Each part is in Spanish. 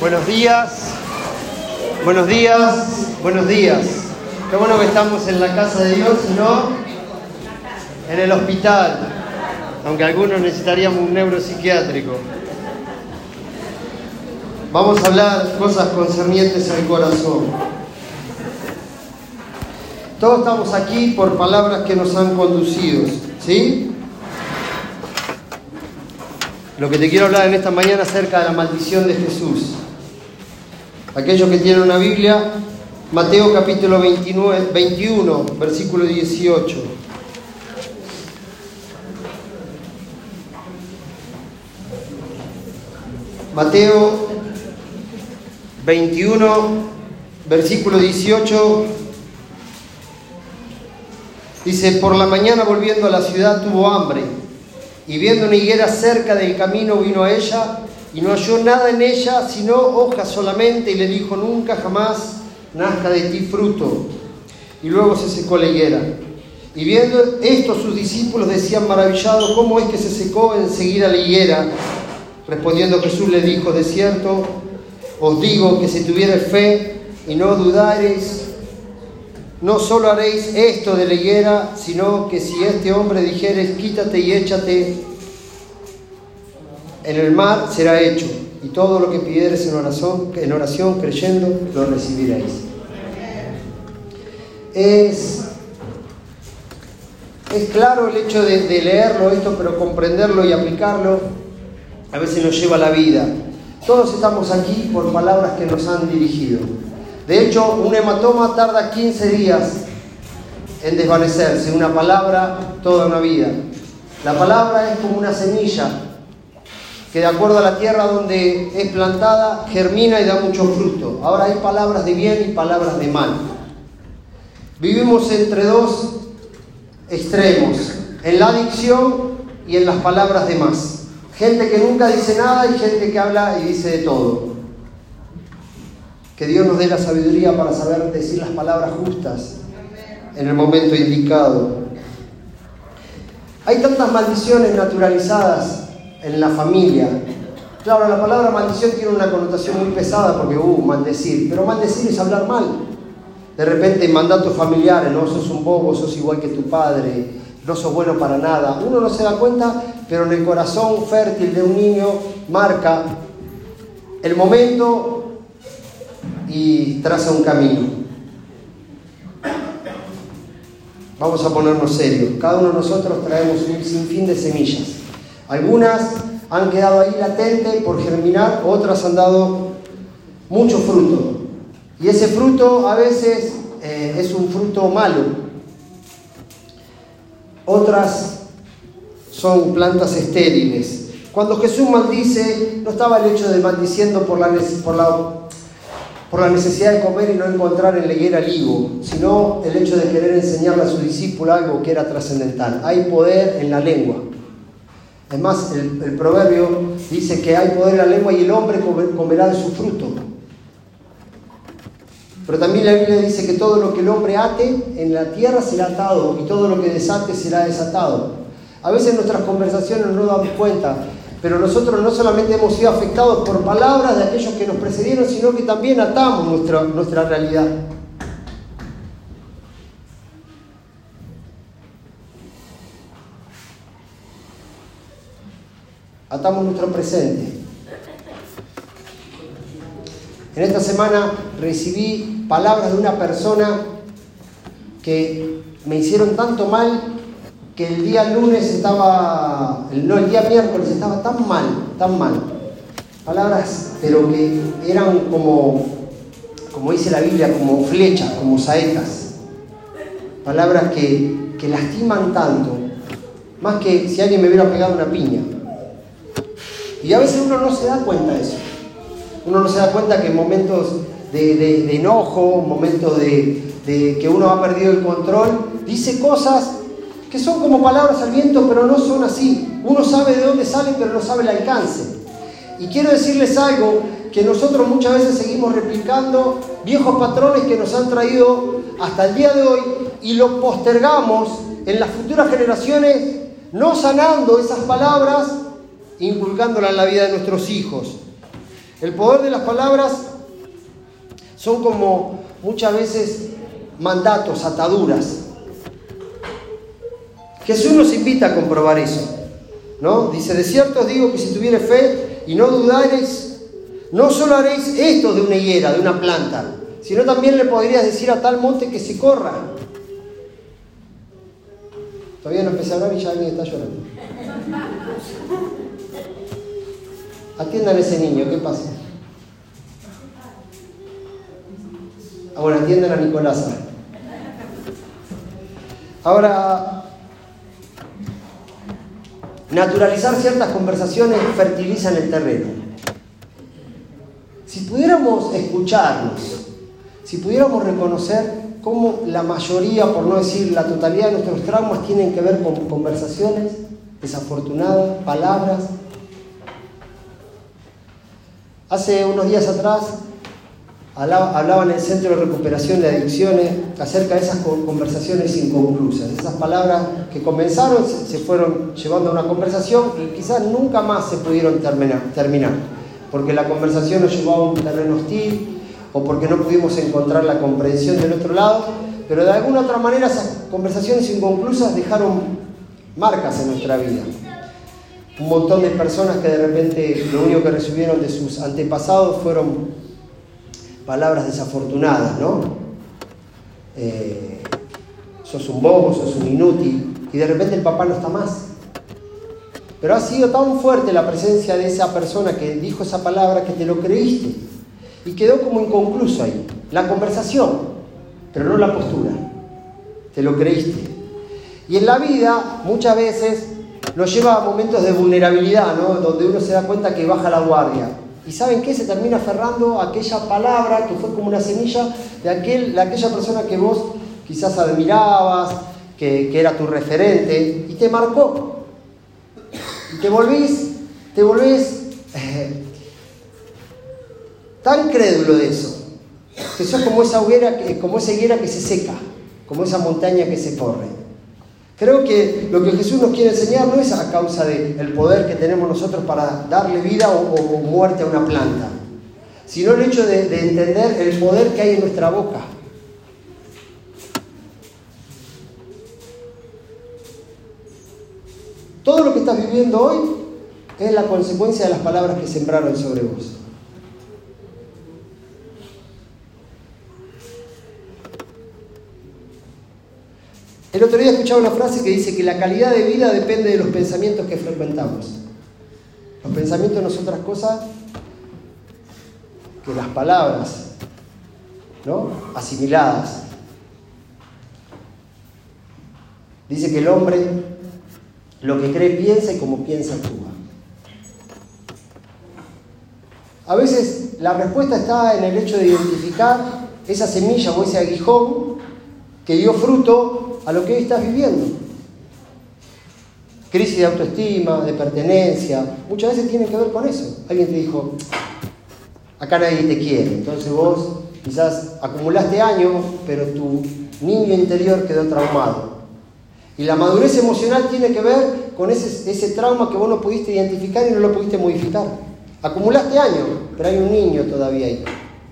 Buenos días, buenos días, buenos días. Qué bueno que estamos en la casa de Dios y no en el hospital, aunque algunos necesitaríamos un neuropsiquiátrico. Vamos a hablar cosas concernientes al corazón. Todos estamos aquí por palabras que nos han conducido, ¿sí? Lo que te quiero hablar en esta mañana acerca de la maldición de Jesús. Aquellos que tienen una Biblia, Mateo capítulo 21, versículo 18. Mateo 21, versículo 18. Dice: por la mañana, volviendo a la ciudad, tuvo hambre, y viendo una higuera cerca del camino, vino a ella, y no halló nada en ella, sino hojas solamente, y le dijo: nunca jamás nazca de ti fruto. Y luego se secó la higuera. Y viendo esto, sus discípulos decían maravillados: ¿cómo es que se secó enseguida la higuera? Respondiendo Jesús le dijo: de cierto os digo que si tuviereis fe y no dudareis, no solo haréis esto de la higuera, sino que si este hombre dijereis: quítate y échate en el mar, será hecho. Y todo lo que pidiereis en oración creyendo, lo recibiréis. Es claro el hecho de leerlo esto, pero comprenderlo y aplicarlo a veces nos lleva a la vida. Todos estamos aquí por palabras que nos han dirigido. De hecho, un hematoma tarda 15 días en desvanecerse. Una palabra, toda una vida. La palabra es como una semilla que, de acuerdo a la tierra donde es plantada, germina y da mucho fruto. Ahora hay palabras de bien y palabras de mal. Vivimos entre dos extremos, en la adicción y en las palabras de más. Gente que nunca dice nada y gente que habla y dice de todo. Que Dios nos dé la sabiduría para saber decir las palabras justas en el momento indicado. Hay tantas maldiciones naturalizadas en la familia. Claro, la palabra maldición tiene una connotación muy pesada porque, maldecir. Pero maldecir es hablar mal. De repente, mandatos familiares: no, sos un bobo, sos igual que tu padre, no sos bueno para nada. Uno no se da cuenta, pero en el corazón fértil de un niño marca el momento y traza un camino. Vamos a ponernos serios. Cada uno de nosotros traemos un sinfín de semillas. Algunas han quedado ahí latentes por germinar, otras han dado mucho fruto. Y ese fruto a veces es un fruto malo. Otras son plantas estériles. Cuando Jesús maldice, no estaba el hecho de maldiciendo por la necesidad de comer y no encontrar en la higuera el higo, sino el hecho de querer enseñarle a su discípulo algo que era trascendental. Hay poder en la lengua. Es más, el proverbio dice que hay poder en la lengua y el hombre comerá de su fruto. Pero también la Biblia dice que todo lo que el hombre ate en la tierra será atado, y todo lo que desate será desatado. A veces en nuestras conversaciones no nos damos cuenta, pero nosotros no solamente hemos sido afectados por palabras de aquellos que nos precedieron, sino que también atamos nuestra realidad. Atamos nuestro presente. En esta semana recibí palabras de una persona que me hicieron tanto mal que el día miércoles estaba tan mal. Palabras, pero que eran como dice la Biblia, como flechas, como saetas. Palabras que lastiman tanto, más que si alguien me hubiera pegado una piña. Y a veces uno no se da cuenta de eso. Uno no se da cuenta que en momentos de enojo, momentos de que uno ha perdido el control, dice cosas que son como palabras al viento, pero no son así. Uno sabe de dónde salen, pero no sabe el alcance. Y quiero decirles algo, que nosotros muchas veces seguimos replicando viejos patrones que nos han traído hasta el día de hoy y lo postergamos en las futuras generaciones, no sanando esas palabras, inculcándolas en la vida de nuestros hijos. El poder de las palabras son como muchas veces mandatos, ataduras. Jesús nos invita a comprobar eso, ¿no? Dice, de cierto os digo que si tuviereis fe y no dudareis, no solo haréis esto de una higuera, de una planta, sino también le podrías decir a tal monte que se corra. Todavía no empecé a hablar y ya alguien está llorando. Atiendan a ese niño, ¿qué pasa? Bueno, atiendan a Nicolasa. Ahora, naturalizar ciertas conversaciones fertilizan el terreno. Si pudiéramos escucharnos, si pudiéramos reconocer cómo la mayoría, por no decir la totalidad de nuestros traumas, tienen que ver con conversaciones desafortunadas, palabras. Hace unos días atrás hablaba en el Centro de Recuperación de Adicciones acerca de esas conversaciones inconclusas, esas palabras que comenzaron, se fueron llevando a una conversación y quizás nunca más se pudieron terminar, porque la conversación nos llevó a un terreno hostil o porque no pudimos encontrar la comprensión del otro lado, pero de alguna otra manera esas conversaciones inconclusas dejaron marcas en nuestra vida. Un montón de personas que de repente lo único que recibieron de sus antepasados fueron palabras desafortunadas, ¿no? Sos un bobo, sos un inútil, y de repente el papá no está más. Pero ha sido tan fuerte la presencia de esa persona que dijo esa palabra que te lo creíste y quedó como inconcluso ahí. La conversación, pero no la postura. Te lo creíste. Y en la vida muchas veces nos lleva a momentos de vulnerabilidad, ¿no? Donde uno se da cuenta que baja la guardia. ¿Y saben qué? Se termina aferrando a aquella palabra que fue como una semilla de aquella persona que vos quizás admirabas, que era tu referente, y te marcó. Y te volvés tan crédulo de eso, que sos como esa higuera que se seca, como esa montaña que se corre. Creo que lo que Jesús nos quiere enseñar no es a causa del poder que tenemos nosotros para darle vida o muerte a una planta, sino el hecho de entender el poder que hay en nuestra boca. Todo lo que estás viviendo hoy es la consecuencia de las palabras que sembraron sobre vos. El otro día escuchaba una frase que dice que la calidad de vida depende de los pensamientos que frecuentamos. Los pensamientos no son otras cosas que las palabras, ¿no? Asimiladas. Dice que el hombre lo que cree piensa y como piensa actúa. A veces la respuesta está en el hecho de identificar esa semilla o ese aguijón que dio fruto a lo que hoy estás viviendo. Crisis de autoestima, de pertenencia, muchas veces tienen que ver con eso. Alguien te dijo, acá nadie te quiere, entonces vos quizás acumulaste años, pero tu niño interior quedó traumado. Y la madurez emocional tiene que ver con ese trauma que vos no pudiste identificar y no lo pudiste modificar. Acumulaste años, pero hay un niño todavía ahí.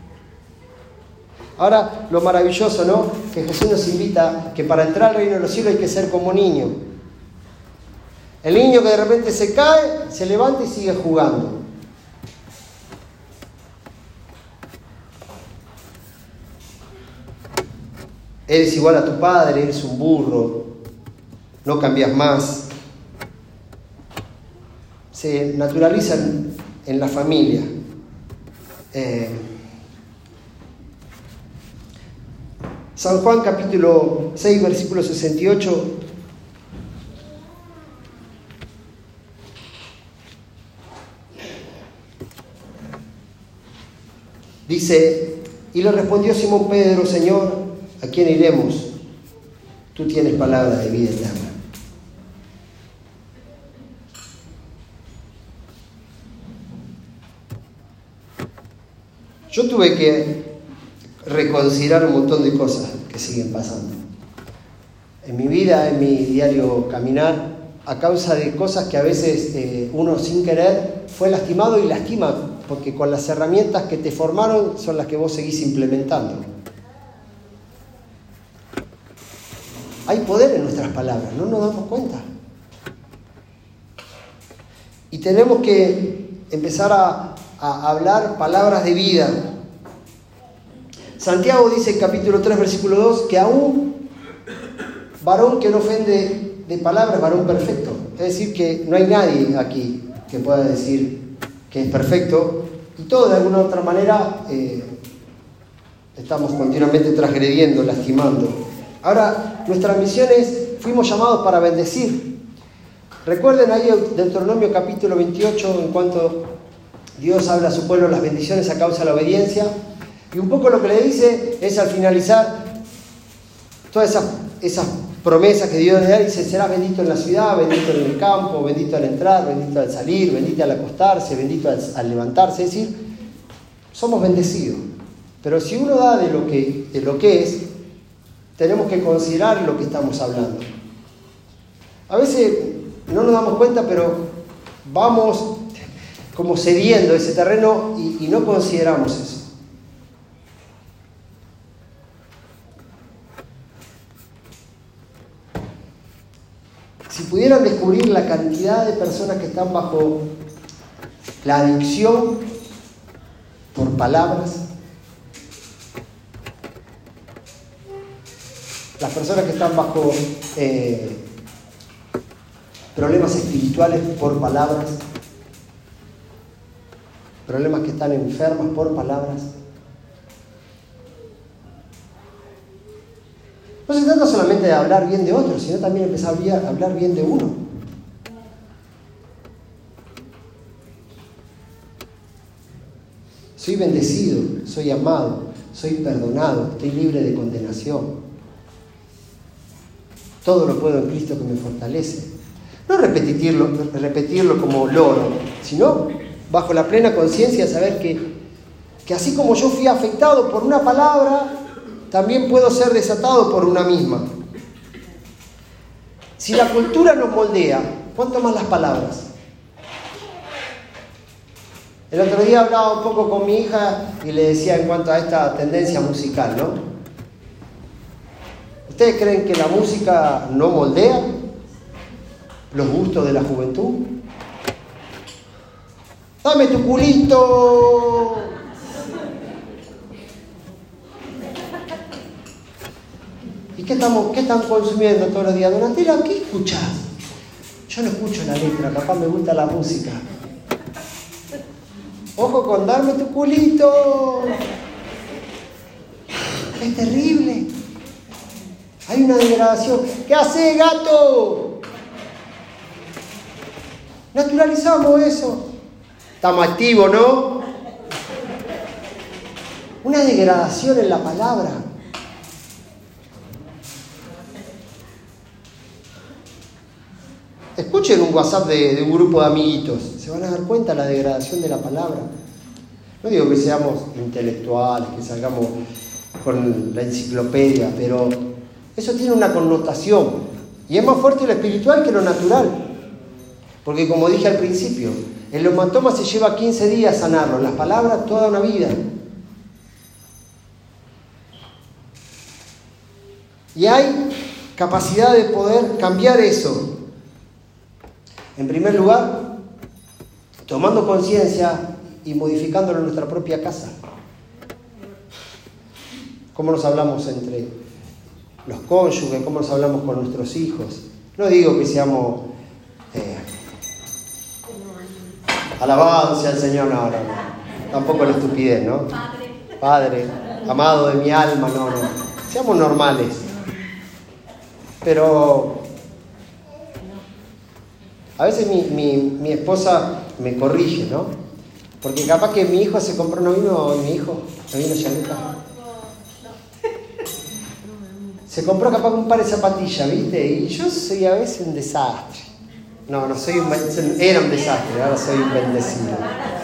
Ahora, lo maravilloso, ¿no? Que Jesús nos invita que para entrar al reino de los cielos hay que ser como niño. El niño que de repente se cae, se levanta y sigue jugando. Eres igual a tu padre, eres un burro, no cambias más. Se naturalizan en la familia. San Juan capítulo 6, versículo 68. Dice, y le respondió Simón Pedro, Señor, ¿a quién iremos? Tú tienes palabra de vida eterna. Yo tuve que reconsiderar un montón de cosas que siguen pasando en mi vida, en mi diario caminar, a causa de cosas que a veces uno sin querer fue lastimado y lastima porque con las herramientas que te formaron son las que vos seguís implementando. Hay poder en nuestras palabras, no nos damos cuenta. Y tenemos que empezar a hablar palabras de vida. Santiago dice en capítulo 3, versículo 2, que aún varón que no ofende de palabras, varón perfecto. Es decir, que no hay nadie aquí que pueda decir que es perfecto, y todos de alguna u otra manera estamos continuamente transgrediendo, lastimando. Ahora, nuestra misión es, fuimos llamados para bendecir. Recuerden ahí Deuteronomio capítulo 28, en cuanto Dios habla a su pueblo las bendiciones a causa de la obediencia, y un poco lo que le dice es, al finalizar todas esas promesas que Dios le da, dice: serás bendito en la ciudad, bendito en el campo, bendito al entrar, bendito al salir, bendito al acostarse, bendito al levantarse. Es decir, somos bendecidos. Pero si uno da de lo que es, tenemos que considerar lo que estamos hablando. A veces no nos damos cuenta, pero vamos como cediendo ese terreno y no consideramos eso. Si pudieran descubrir la cantidad de personas que están bajo la adicción por palabras, las personas que están bajo problemas espirituales por palabras, problemas que están enfermas por palabras. No se trata solamente de hablar bien de otros, sino también empezar a hablar bien de uno. Soy bendecido, soy amado, soy perdonado, estoy libre de condenación. Todo lo puedo en Cristo que me fortalece. No repetirlo como loro, sino bajo la plena conciencia de saber que así como yo fui afectado por una palabra, también puedo ser desatado por una misma. Si la cultura nos moldea, ¿cuánto más las palabras? El otro día hablaba un poco con mi hija y le decía en cuanto a esta tendencia musical, ¿no? ¿Ustedes creen que la música no moldea los gustos de la juventud? ¡Dame tu culito! ¿Y qué están consumiendo todos los días? Donatella, ¿qué escuchás? Yo no escucho la letra, capaz me gusta la música. Ojo con darme tu culito. Es terrible. Hay una degradación. ¿Qué hace, gato? Naturalizamos eso. Estamos activos, ¿no? Una degradación en la palabra. Escuchen un WhatsApp de un grupo de amiguitos. Se van a dar cuenta de la degradación de la palabra. No digo que seamos intelectuales, que salgamos con la enciclopedia, pero eso tiene una connotación. Y es más fuerte lo espiritual que lo natural. Porque como dije al principio, el hematoma se lleva 15 días sanarlo, las palabras toda una vida. Y hay capacidad de poder cambiar eso. En primer lugar, tomando conciencia y modificándolo en nuestra propia casa. ¿Cómo nos hablamos entre los cónyuges? ¿Cómo nos hablamos con nuestros hijos? No digo que seamos alabados sea el Señor, no. Tampoco la estupidez, ¿no? Padre, amado de mi alma, no. Seamos normales. Pero a veces mi esposa me corrige, ¿no? Porque capaz que mi hijo se compró, no vino Gianluca. Se compró capaz un par de zapatillas, ¿viste? Y yo soy a veces un desastre. No soy era un desastre, ahora soy un bendecido.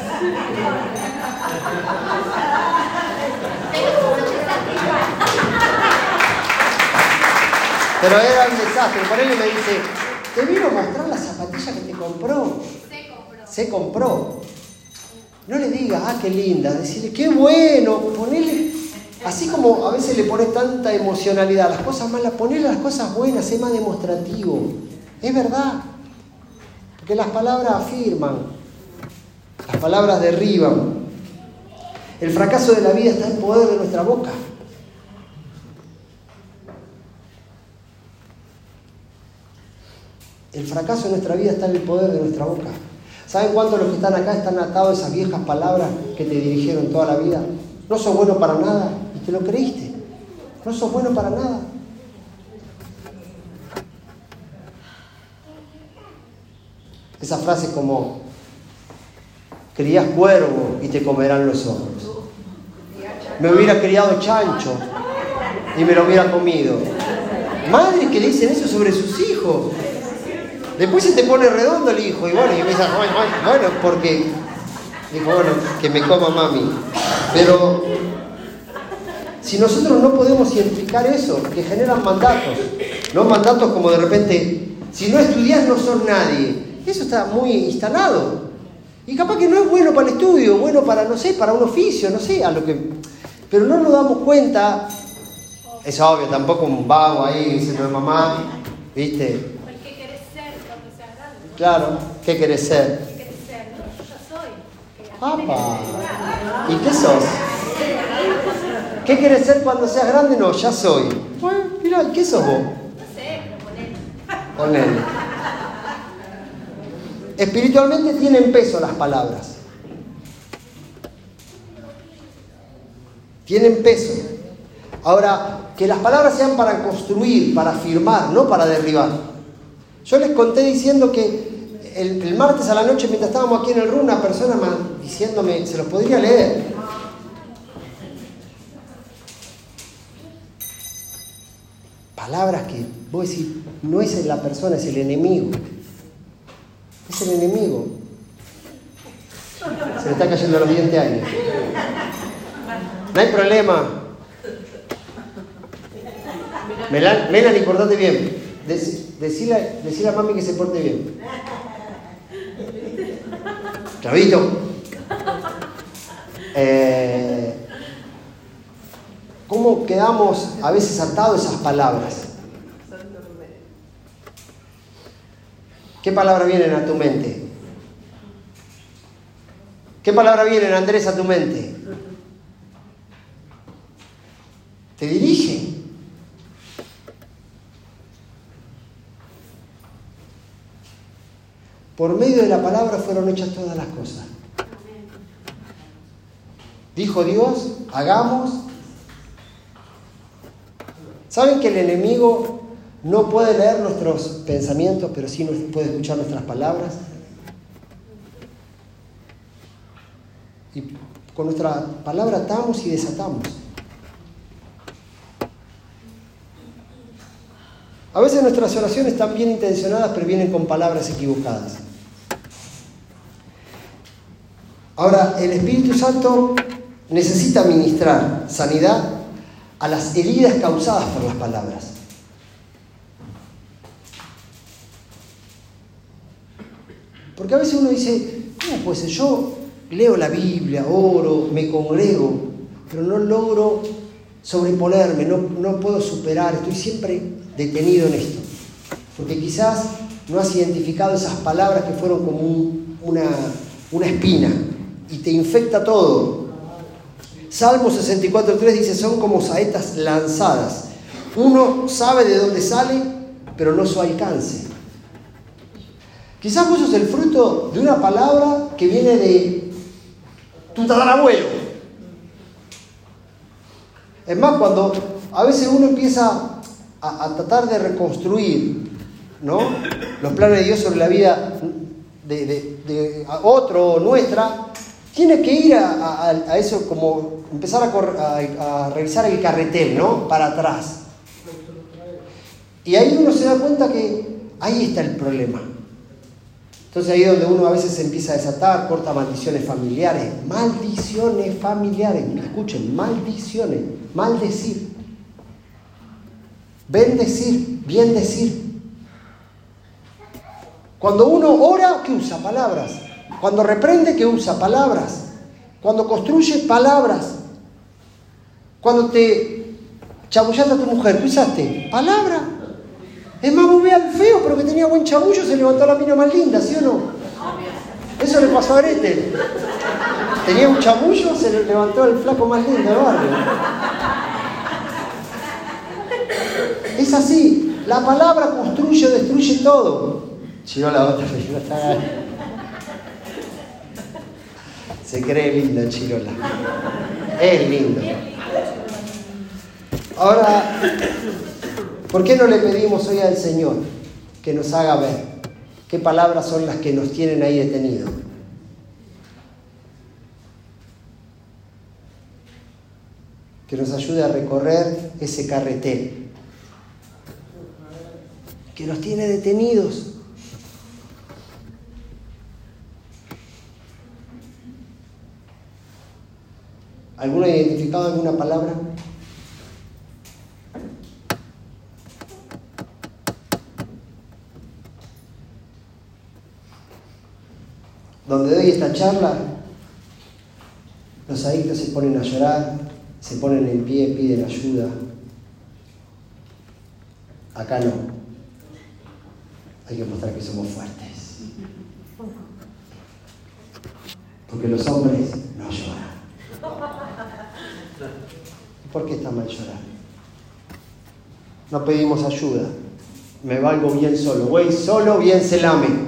Pero era un desastre. Por él me dice: te vino a mostrar la zapatilla que te compró. Se compró. No le digas, qué linda, decirle, qué bueno, ponele, así como a veces le pones tanta emocionalidad a las cosas malas, ponele las cosas buenas, sé más demostrativo. Es verdad, porque las palabras afirman, las palabras derriban. El fracaso de la vida está en el poder de nuestra boca. El fracaso de nuestra vida está en el poder de nuestra boca. ¿Saben cuántos los que están acá están atados a esas viejas palabras que te dirigieron toda la vida? No sos bueno para nada y te lo creíste. No sos bueno para nada. Esa frase como, crías cuervo y te comerán los ojos. Me hubiera criado chancho y me lo hubiera comido. Madres que le dicen eso sobre sus hijos. Después se te pone redondo el hijo y bueno, y me dice, bueno, porque dijo, bueno, que me coma mami. Pero si nosotros no podemos identificar eso, que generan mandatos, no mandatos como de repente, si no estudias no sos nadie, eso está muy instalado. Y capaz que no es bueno para el estudio, bueno para, no sé, para un oficio, no sé, pero no nos damos cuenta, es obvio, tampoco un vago ahí diciendo mamá, ¿viste? Claro, ¿qué querés ser? ¿Qué querés ser? No, yo ya soy. ¡Apa! ¿Y qué sos? ¿Qué querés ser cuando seas grande? No, ya soy. Bueno, mirá, ¿qué sos vos? No sé, pero ponele. Espiritualmente tienen peso las palabras. Tienen peso. Ahora, que las palabras sean para construir, para afirmar, no para derribar. Yo les conté diciendo que el martes a la noche, mientras estábamos aquí en el RU, una persona diciéndome, se los podría leer. Palabras que vos decís, no es la persona, es el enemigo. Es el enemigo. Se le está cayendo los dientes a alguien. No hay problema. Melanie, portate bien. Decile a mami que se porte bien. Clavito. ¿Cómo quedamos a veces atados a esas palabras? ¿Qué palabras vienen a tu mente? ¿Qué palabras vienen, Andrés, a tu mente? Te dirige. Por medio de la palabra fueron hechas todas las cosas. Dijo Dios, hagamos. ¿Saben que el enemigo no puede leer nuestros pensamientos, pero sí puede escuchar nuestras palabras? Y con nuestra palabra atamos y desatamos. A veces nuestras oraciones están bien intencionadas, pero vienen con palabras equivocadas. Ahora, el Espíritu Santo necesita ministrar sanidad a las heridas causadas por las palabras. Porque a veces uno dice, ¿cómo puede ser? Yo leo la Biblia, oro, me congrego, pero no logro sobreponerme, no puedo superar, estoy siempre detenido en esto. Porque quizás no has identificado esas palabras que fueron como una espina y te infecta todo. Salmo 64:3 dice, son como saetas lanzadas. Uno sabe de dónde sale, pero no su alcance. Quizás vos sos el fruto de una palabra que viene de tu tatarabuelo. Es más, cuando a veces uno empieza a tratar de reconstruir, ¿no?, los planes de Dios sobre la vida de otro o nuestra, tiene que ir a eso, como empezar a revisar el carretel, ¿no?, para atrás. Y ahí uno se da cuenta que ahí está el problema. Entonces ahí es donde uno a veces se empieza a desatar, corta maldiciones familiares. Maldiciones familiares, escuchen, maldiciones, maldecir. Bendecir, bien decir. Cuando uno ora, ¿qué usa? Palabras. Cuando reprende, ¿qué usa? Palabras. Cuando construyes palabras. Cuando te chabullaste a tu mujer, ¿qué usaste? Palabra. Es más, vos ve al feo, pero que tenía buen chabullo, se levantó la mina más linda, ¿sí o no? Eso le pasó a Gretel. Tenía un chamullo, se le levantó el flaco más lindo del barrio. Es así. La palabra construye o destruye todo. Chirola, otra vez. Se cree linda Chirola. Es lindo. Ahora, ¿por qué no le pedimos hoy al Señor que nos haga ver qué palabras son las que nos tienen ahí detenidos? Que nos ayude a recorrer ese carretel que nos tiene detenidos. ¿Alguno ha identificado alguna palabra? Donde doy esta charla, los adictos se ponen a llorar, se ponen en pie, piden ayuda. Acá no. Hay que mostrar que somos fuertes. Porque los hombres no lloran. ¿Por qué está mal llorar? No pedimos ayuda. Me valgo bien solo. Güey, solo bien se lame.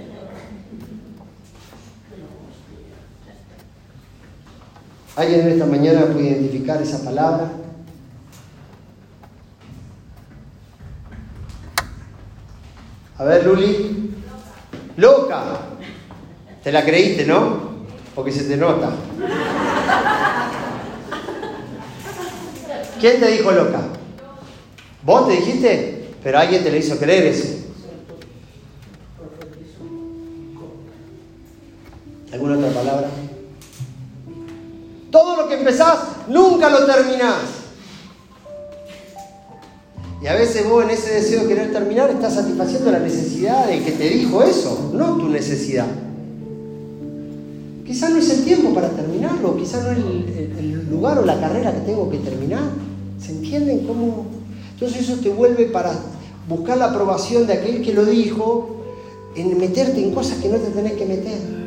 ¿Alguien en esta mañana puede identificar esa palabra? A ver, Luli. Loca. Te la creíste, ¿no? Porque se te nota. ¿Quién te dijo loca? ¿Vos te dijiste? Pero alguien te lo hizo creer eso. ¿Alguna otra palabra? Todo lo que empezás, nunca lo terminás. Y a veces vos en ese deseo de querer terminar estás satisfaciendo la necesidad del que te dijo eso, no tu necesidad. Quizás no es el tiempo para terminarlo, quizás no es el lugar o la carrera que tengo que terminar. ¿Se entienden cómo? Entonces eso te vuelve para buscar la aprobación de aquel que lo dijo, en meterte en cosas que no te tenés que meter.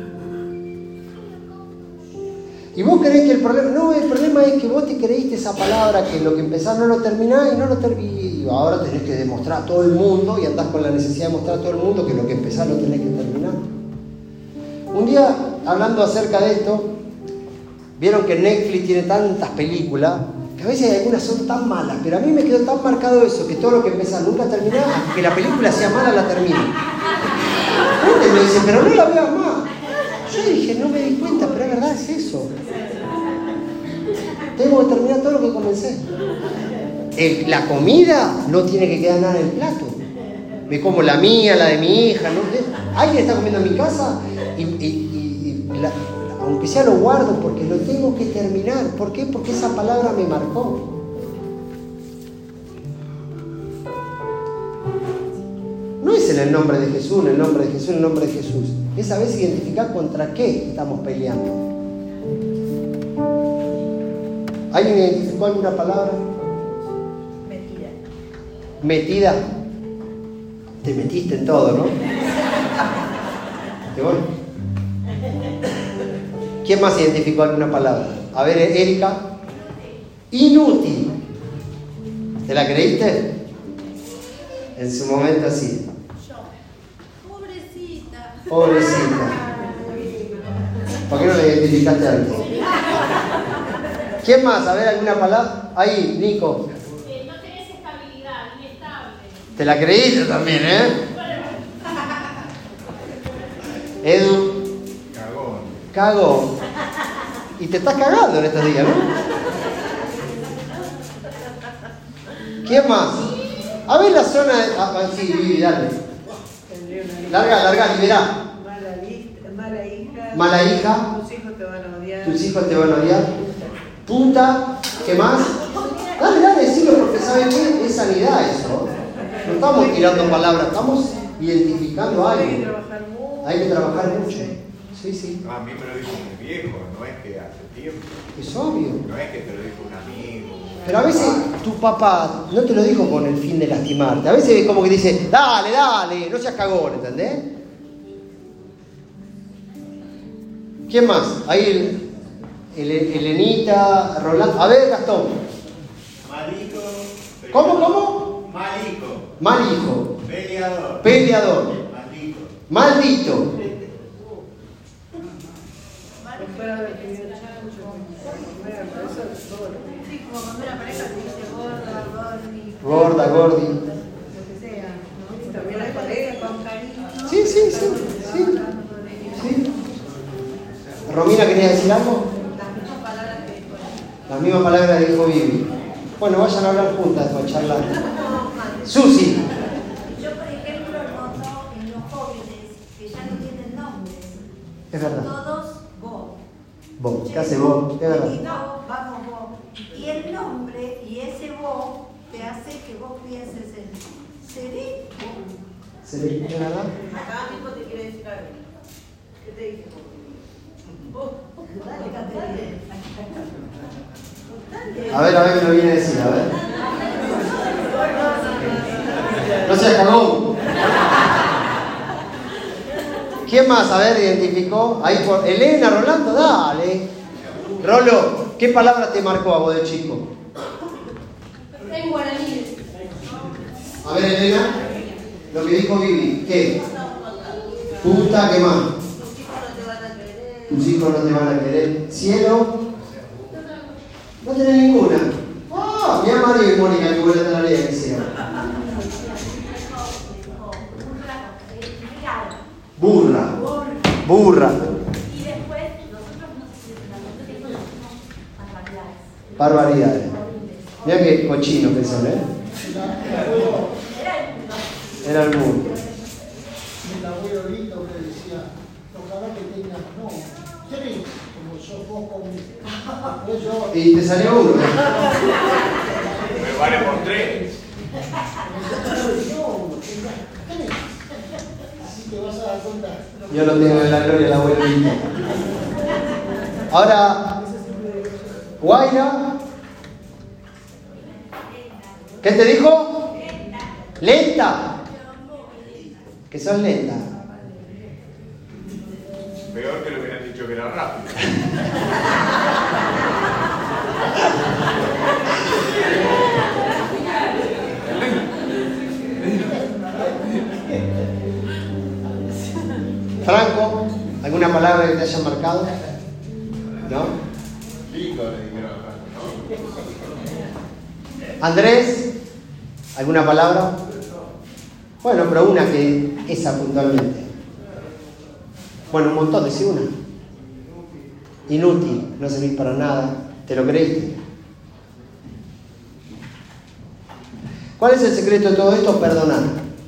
Y vos creés que el problema... No, el problema es que vos te creíste esa palabra, que lo que empezás no lo terminás y ahora tenés que demostrar a todo el mundo y andás con la necesidad de mostrar a todo el mundo que lo que empezás lo tenés que terminar. Un día, hablando acerca de esto, vieron que Netflix tiene tantas películas que a veces algunas son tan malas, pero a mí me quedó tan marcado eso, que todo lo que empezás nunca terminás, que la película sea mala, la termino. Ustedes me dicen, pero no la veas más. Yo dije, no me di cuenta, pero es verdad, es eso. Tengo que terminar todo lo que comencé. La comida no tiene que quedar nada en el plato. Me como la mía, la de mi hija, ¿no? Alguien está comiendo en mi casa aunque sea lo guardo porque lo tengo que terminar. ¿Por qué? Porque esa palabra me marcó. No es en el nombre de Jesús, en el nombre de Jesús, en el nombre de Jesús. Es a veces identificar contra qué estamos peleando. ¿Alguien identificó alguna palabra? Metida. Metida. Te metiste en todo, ¿no? ¿Te voy? ¿Quién más identificó alguna palabra? A ver, Erika. Inútil. ¿Te la creíste? En su momento sí. Yo. Pobrecita. Pobrecita. ¿Por qué no la identificaste antes? ¿Quién más? A ver, alguna palabra. Ahí, Nico. No tenés estabilidad, inestable. Te la creíste también, ¿eh? Edu. Cagón. Y te estás cagando en estos días, ¿no? ¿Quién más? A ver la zona de... sí, Vivi, dale. Larga, liberá. Mala hija. Tus hijos te van a odiar. Tus hijos te van a odiar. Puta. ¿Qué más? Dale, decilo, porque ¿saben qué? Es sanidad eso. No estamos tirando palabras, estamos identificando algo. Hay que trabajar mucho. Hay que trabajar mucho. Sí, sí. No, a mí me lo dijo mi viejo, no es que hace tiempo. Es obvio. No es que te lo dijo un amigo. Pero a veces tu papá no te lo dijo con el fin de lastimarte. A veces es como que dice, dale, dale, no seas cagón, ¿entendés? ¿Quién más? Ahí Elenita, Rolando. A ver, Gastón. Malico. ¿Cómo? Malico. Mal hijo. Peleador. Peleador. Maldito. Maldito. Sí, como cuando una pareja se dice gorda, gordi. Gorda, gordi. Lo que sea, ¿no? También la pareja con cariño. Sí. Sí. Romina, ¿querías decir algo? Las mismas palabras que dijo. Las mismas palabras dijo Vivi. Bueno, vayan a hablar juntas para charlar. Susi. Yo, por ejemplo, noto en los jóvenes que ya no tienen nombres. Es verdad. Todos vos. Vos, ¿qué hace vos? Es verdad. Y no, vamos vos. Y el nombre y ese vos te hace que vos pienses en seré vos. ¿Es verdad? Acá mismo te quiere decir algo. ¿Qué te dice vos? Dale, Caterina. A ver, me lo viene a decir, a ver. No seas cagón. ¿Quién más? A ver, identificó. Ahí por Elena, Rolando, dale. Rolo, ¿qué palabra te marcó a vos de chico? En guaraní. A ver, Elena, lo que dijo Vivi, ¿qué? Puta, ¿qué más? Tus hijos no te van a querer. Cielo, no tenés ninguna. Ah, mira Mario y Mónica, que buena tarea que sea. Burra. Y después nosotros no sé si es una Barbaridades. Mira qué cochinos que son, ¿eh? Era el mundo. El abuelo Lito me decía, ojalá que tengas, no, tres, como sos vos conmigo. Pues yo, Y te salió uno. Me vale por 3. no, tengas tres. Así que vas a dar cuenta. Yo lo tengo en la gloria, el abuelito. Ahora, Guaira. ¿Qué te dijo? Lenta. Que sos lenta. Peor que le hubieran dicho que era rápido. Franco, ¿alguna palabra que te haya marcado? ¿No? Lindo le dijeron a Franco, ¿no? Andrés, ¿alguna palabra? Bueno, pero una que esa puntualmente. Bueno, un montón, decí una. Inútil, no servís para nada. ¿Te lo creíste? ¿Cuál es el secreto de todo esto? Perdonar.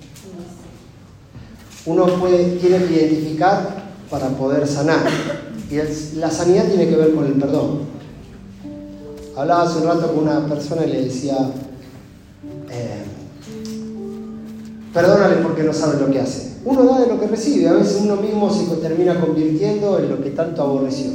Uno tiene que identificar para poder sanar. Y la sanidad tiene que ver con el perdón. Hablaba hace un rato con una persona y le decía, perdónale porque no sabe lo que hace. Uno da de lo que recibe, a veces uno mismo se termina convirtiendo en lo que tanto aborreció.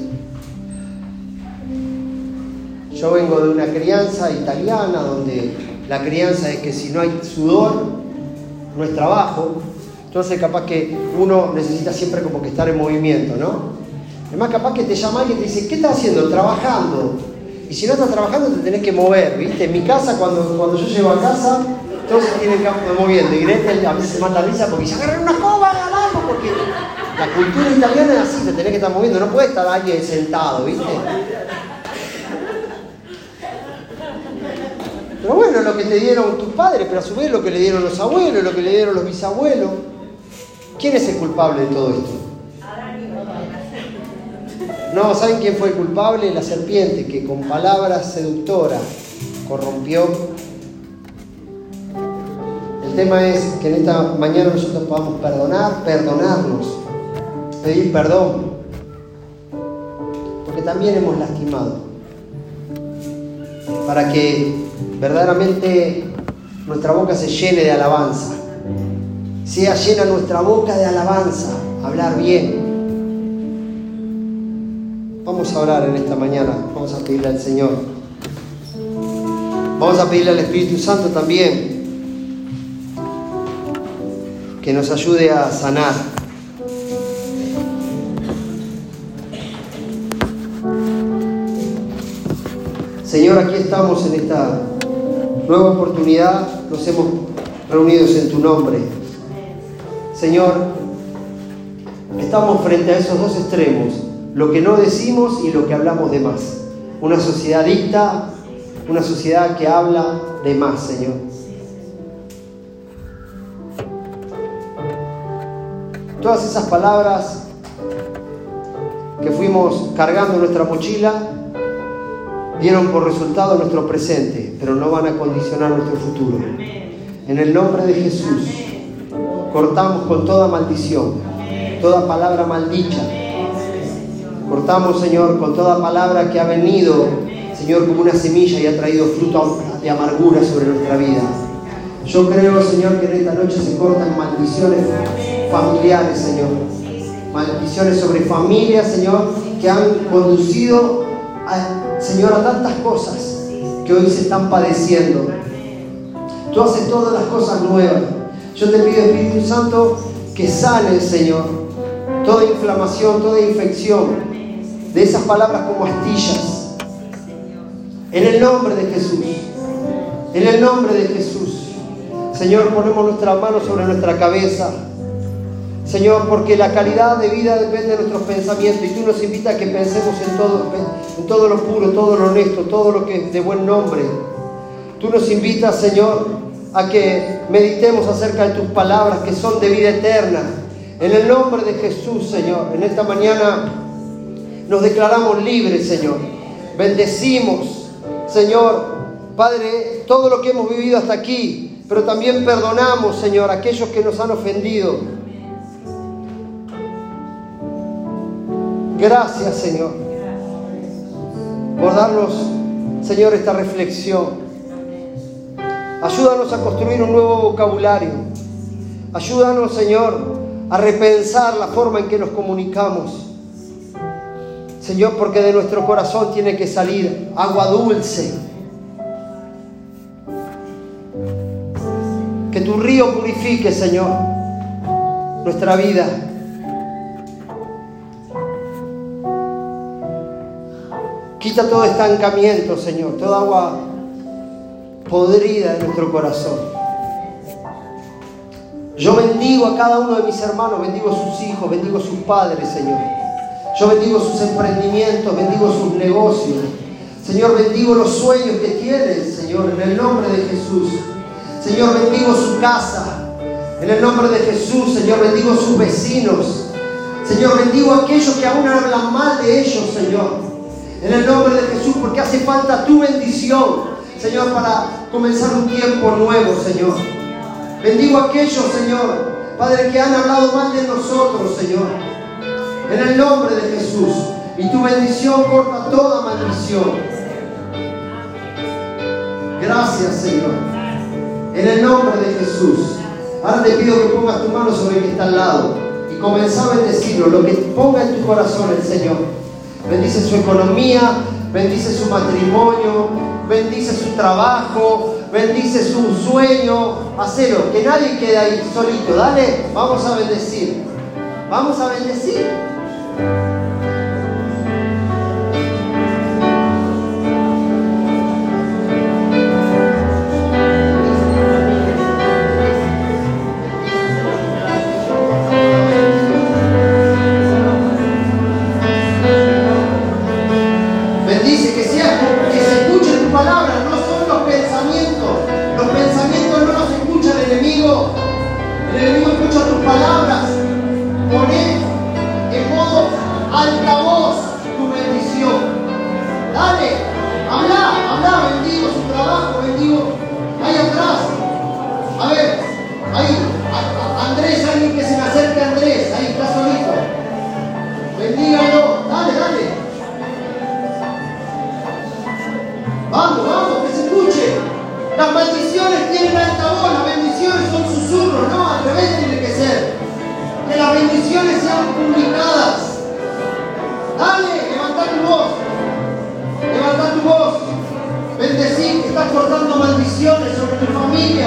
Yo vengo de una crianza italiana donde la crianza es que si no hay sudor, no es trabajo. Entonces capaz que uno necesita siempre como que estar en movimiento, ¿no? Además capaz que te llama alguien y te dice, ¿qué estás haciendo? Trabajando. Y si no estás trabajando te tenés que mover, ¿viste? En mi casa, cuando yo llego a casa, todos se tienen que ir moviendo. Y Gretel a veces se mata risa porque se agarran una escoba, hagan algo, porque la cultura italiana es así, te tenés que estar moviendo, no puede estar alguien sentado, ¿viste? Pero bueno, lo que te dieron tus padres, pero a su vez lo que le dieron los abuelos, lo que le dieron los bisabuelos. ¿Quién es el culpable de todo esto? No, ¿saben quién fue el culpable? La serpiente, que con palabras seductoras corrompió. El tema es que en esta mañana nosotros podamos perdonarnos, pedir perdón, porque también hemos lastimado, para que verdaderamente nuestra boca se llene de alabanza, sea llena nuestra boca de alabanza, hablar bien. Vamos a orar en esta mañana, vamos a pedirle al Señor. Vamos a pedirle al Espíritu Santo también que nos ayude a sanar. Señor, aquí estamos en esta nueva oportunidad, nos hemos reunido en tu nombre. Señor, estamos frente a esos dos extremos, lo que no decimos y lo que hablamos de más. Una sociedad dicta, una sociedad que habla de más, Señor. Todas esas palabras que fuimos cargando en nuestra mochila dieron por resultado nuestro presente, pero no van a condicionar nuestro futuro. En el nombre de Jesús, cortamos con toda maldición, toda palabra maldicha. Cortamos, Señor, con toda palabra que ha venido, Señor, como una semilla y ha traído fruto de amargura sobre nuestra vida. Yo creo, Señor, que en esta noche se cortan maldiciones familiares, Señor. Maldiciones sobre familias, Señor, que han conducido, Señor, a tantas cosas que hoy se están padeciendo. Tú haces todas las cosas nuevas. Yo te pido, Espíritu Santo, que sanes, Señor, toda inflamación, toda infección de esas palabras como astillas. En el nombre de Jesús. En el nombre de Jesús. Señor, ponemos nuestras manos sobre nuestra cabeza. Señor, porque la calidad de vida depende de nuestros pensamientos y tú nos invitas a que pensemos en todo lo puro, todo lo honesto, todo lo que es de buen nombre. Tú nos invitas, Señor, a que meditemos acerca de tus palabras que son de vida eterna. En el nombre de Jesús, Señor, en esta mañana nos declaramos libres, Señor. Bendecimos, Señor, Padre, todo lo que hemos vivido hasta aquí, pero también perdonamos, Señor, a aquellos que nos han ofendido. Gracias, Señor, por darnos, Señor, esta reflexión. Ayúdanos a construir un nuevo vocabulario. Ayúdanos, Señor, a repensar la forma en que nos comunicamos. Señor, porque de nuestro corazón tiene que salir agua dulce. Que tu río purifique, Señor, nuestra vida. Quita todo estancamiento, Señor, toda agua podrida en nuestro corazón. Yo bendigo a cada uno de mis hermanos, bendigo a sus hijos, bendigo a sus padres, Señor. Yo bendigo sus emprendimientos, bendigo sus negocios. Señor, bendigo los sueños que tienen, Señor, en el nombre de Jesús. Señor, bendigo su casa, en el nombre de Jesús. Señor, bendigo sus vecinos. Señor, bendigo a aquellos que aún hablan mal de ellos, Señor. En el nombre de Jesús, porque hace falta tu bendición, Señor, para comenzar un tiempo nuevo, Señor. Bendigo a aquellos, Señor, Padre, que han hablado mal de nosotros, Señor. En el nombre de Jesús. Y tu bendición corta toda maldición. Gracias, Señor. En el nombre de Jesús. Ahora te pido que pongas tu mano sobre el que está al lado y comenzá a bendecirlo, lo que ponga en tu corazón el Señor. Bendice su economía, bendice su matrimonio, bendice su trabajo, bendice su sueño. Hacelo, que nadie quede ahí solito. Dale, vamos a bendecir. Vamos a bendecir. Las bendiciones sean publicadas. Dale, levanta tu voz. Levanta tu voz. Bendecir, que estás cortando maldiciones sobre tu familia.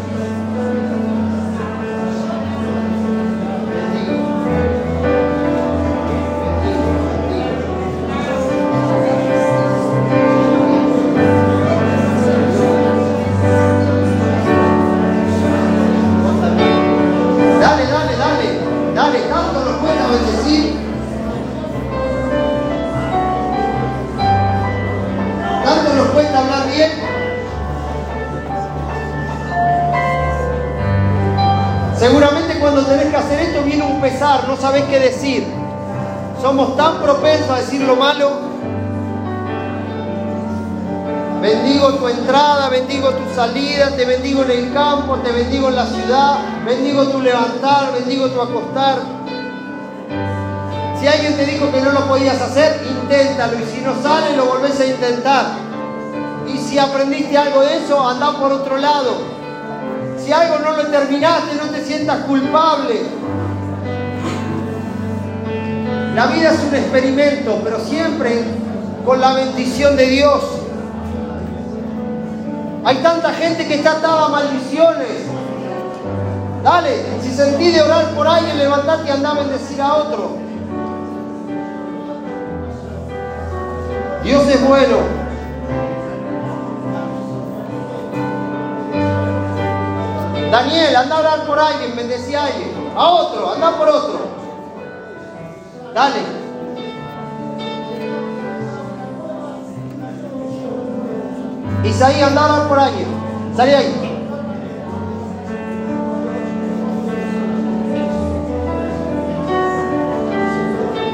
Dale, tanto nos cuesta bendecir. Tanto nos cuesta hablar bien. Seguramente cuando tenés que hacer esto viene un pesar, no sabés qué decir. Somos tan propensos a decir lo malo. Bendigo tu entrada, bendigo tu salida, te bendigo en el campo, te bendigo en la ciudad, bendigo tu levantar, bendigo tu acostar. Si alguien te dijo que no lo podías hacer, inténtalo, y si no sale, lo volvés a intentar. Y si aprendiste algo de eso, andá por otro lado. Si algo no lo terminaste, no te sientas culpable. La vida es un experimento, pero siempre con la bendición de Dios. Hay tanta gente que está atada a maldiciones. Dale, si sentís de orar por alguien, levantate y andá a bendecir a otro. Dios es bueno. Daniel, anda a orar por alguien, bendecí a alguien. A otro, anda por otro. Dale. Isaías, anda a orar por alguien. Salí ahí.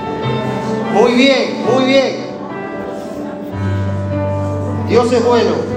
Muy bien, muy bien. Dios es bueno.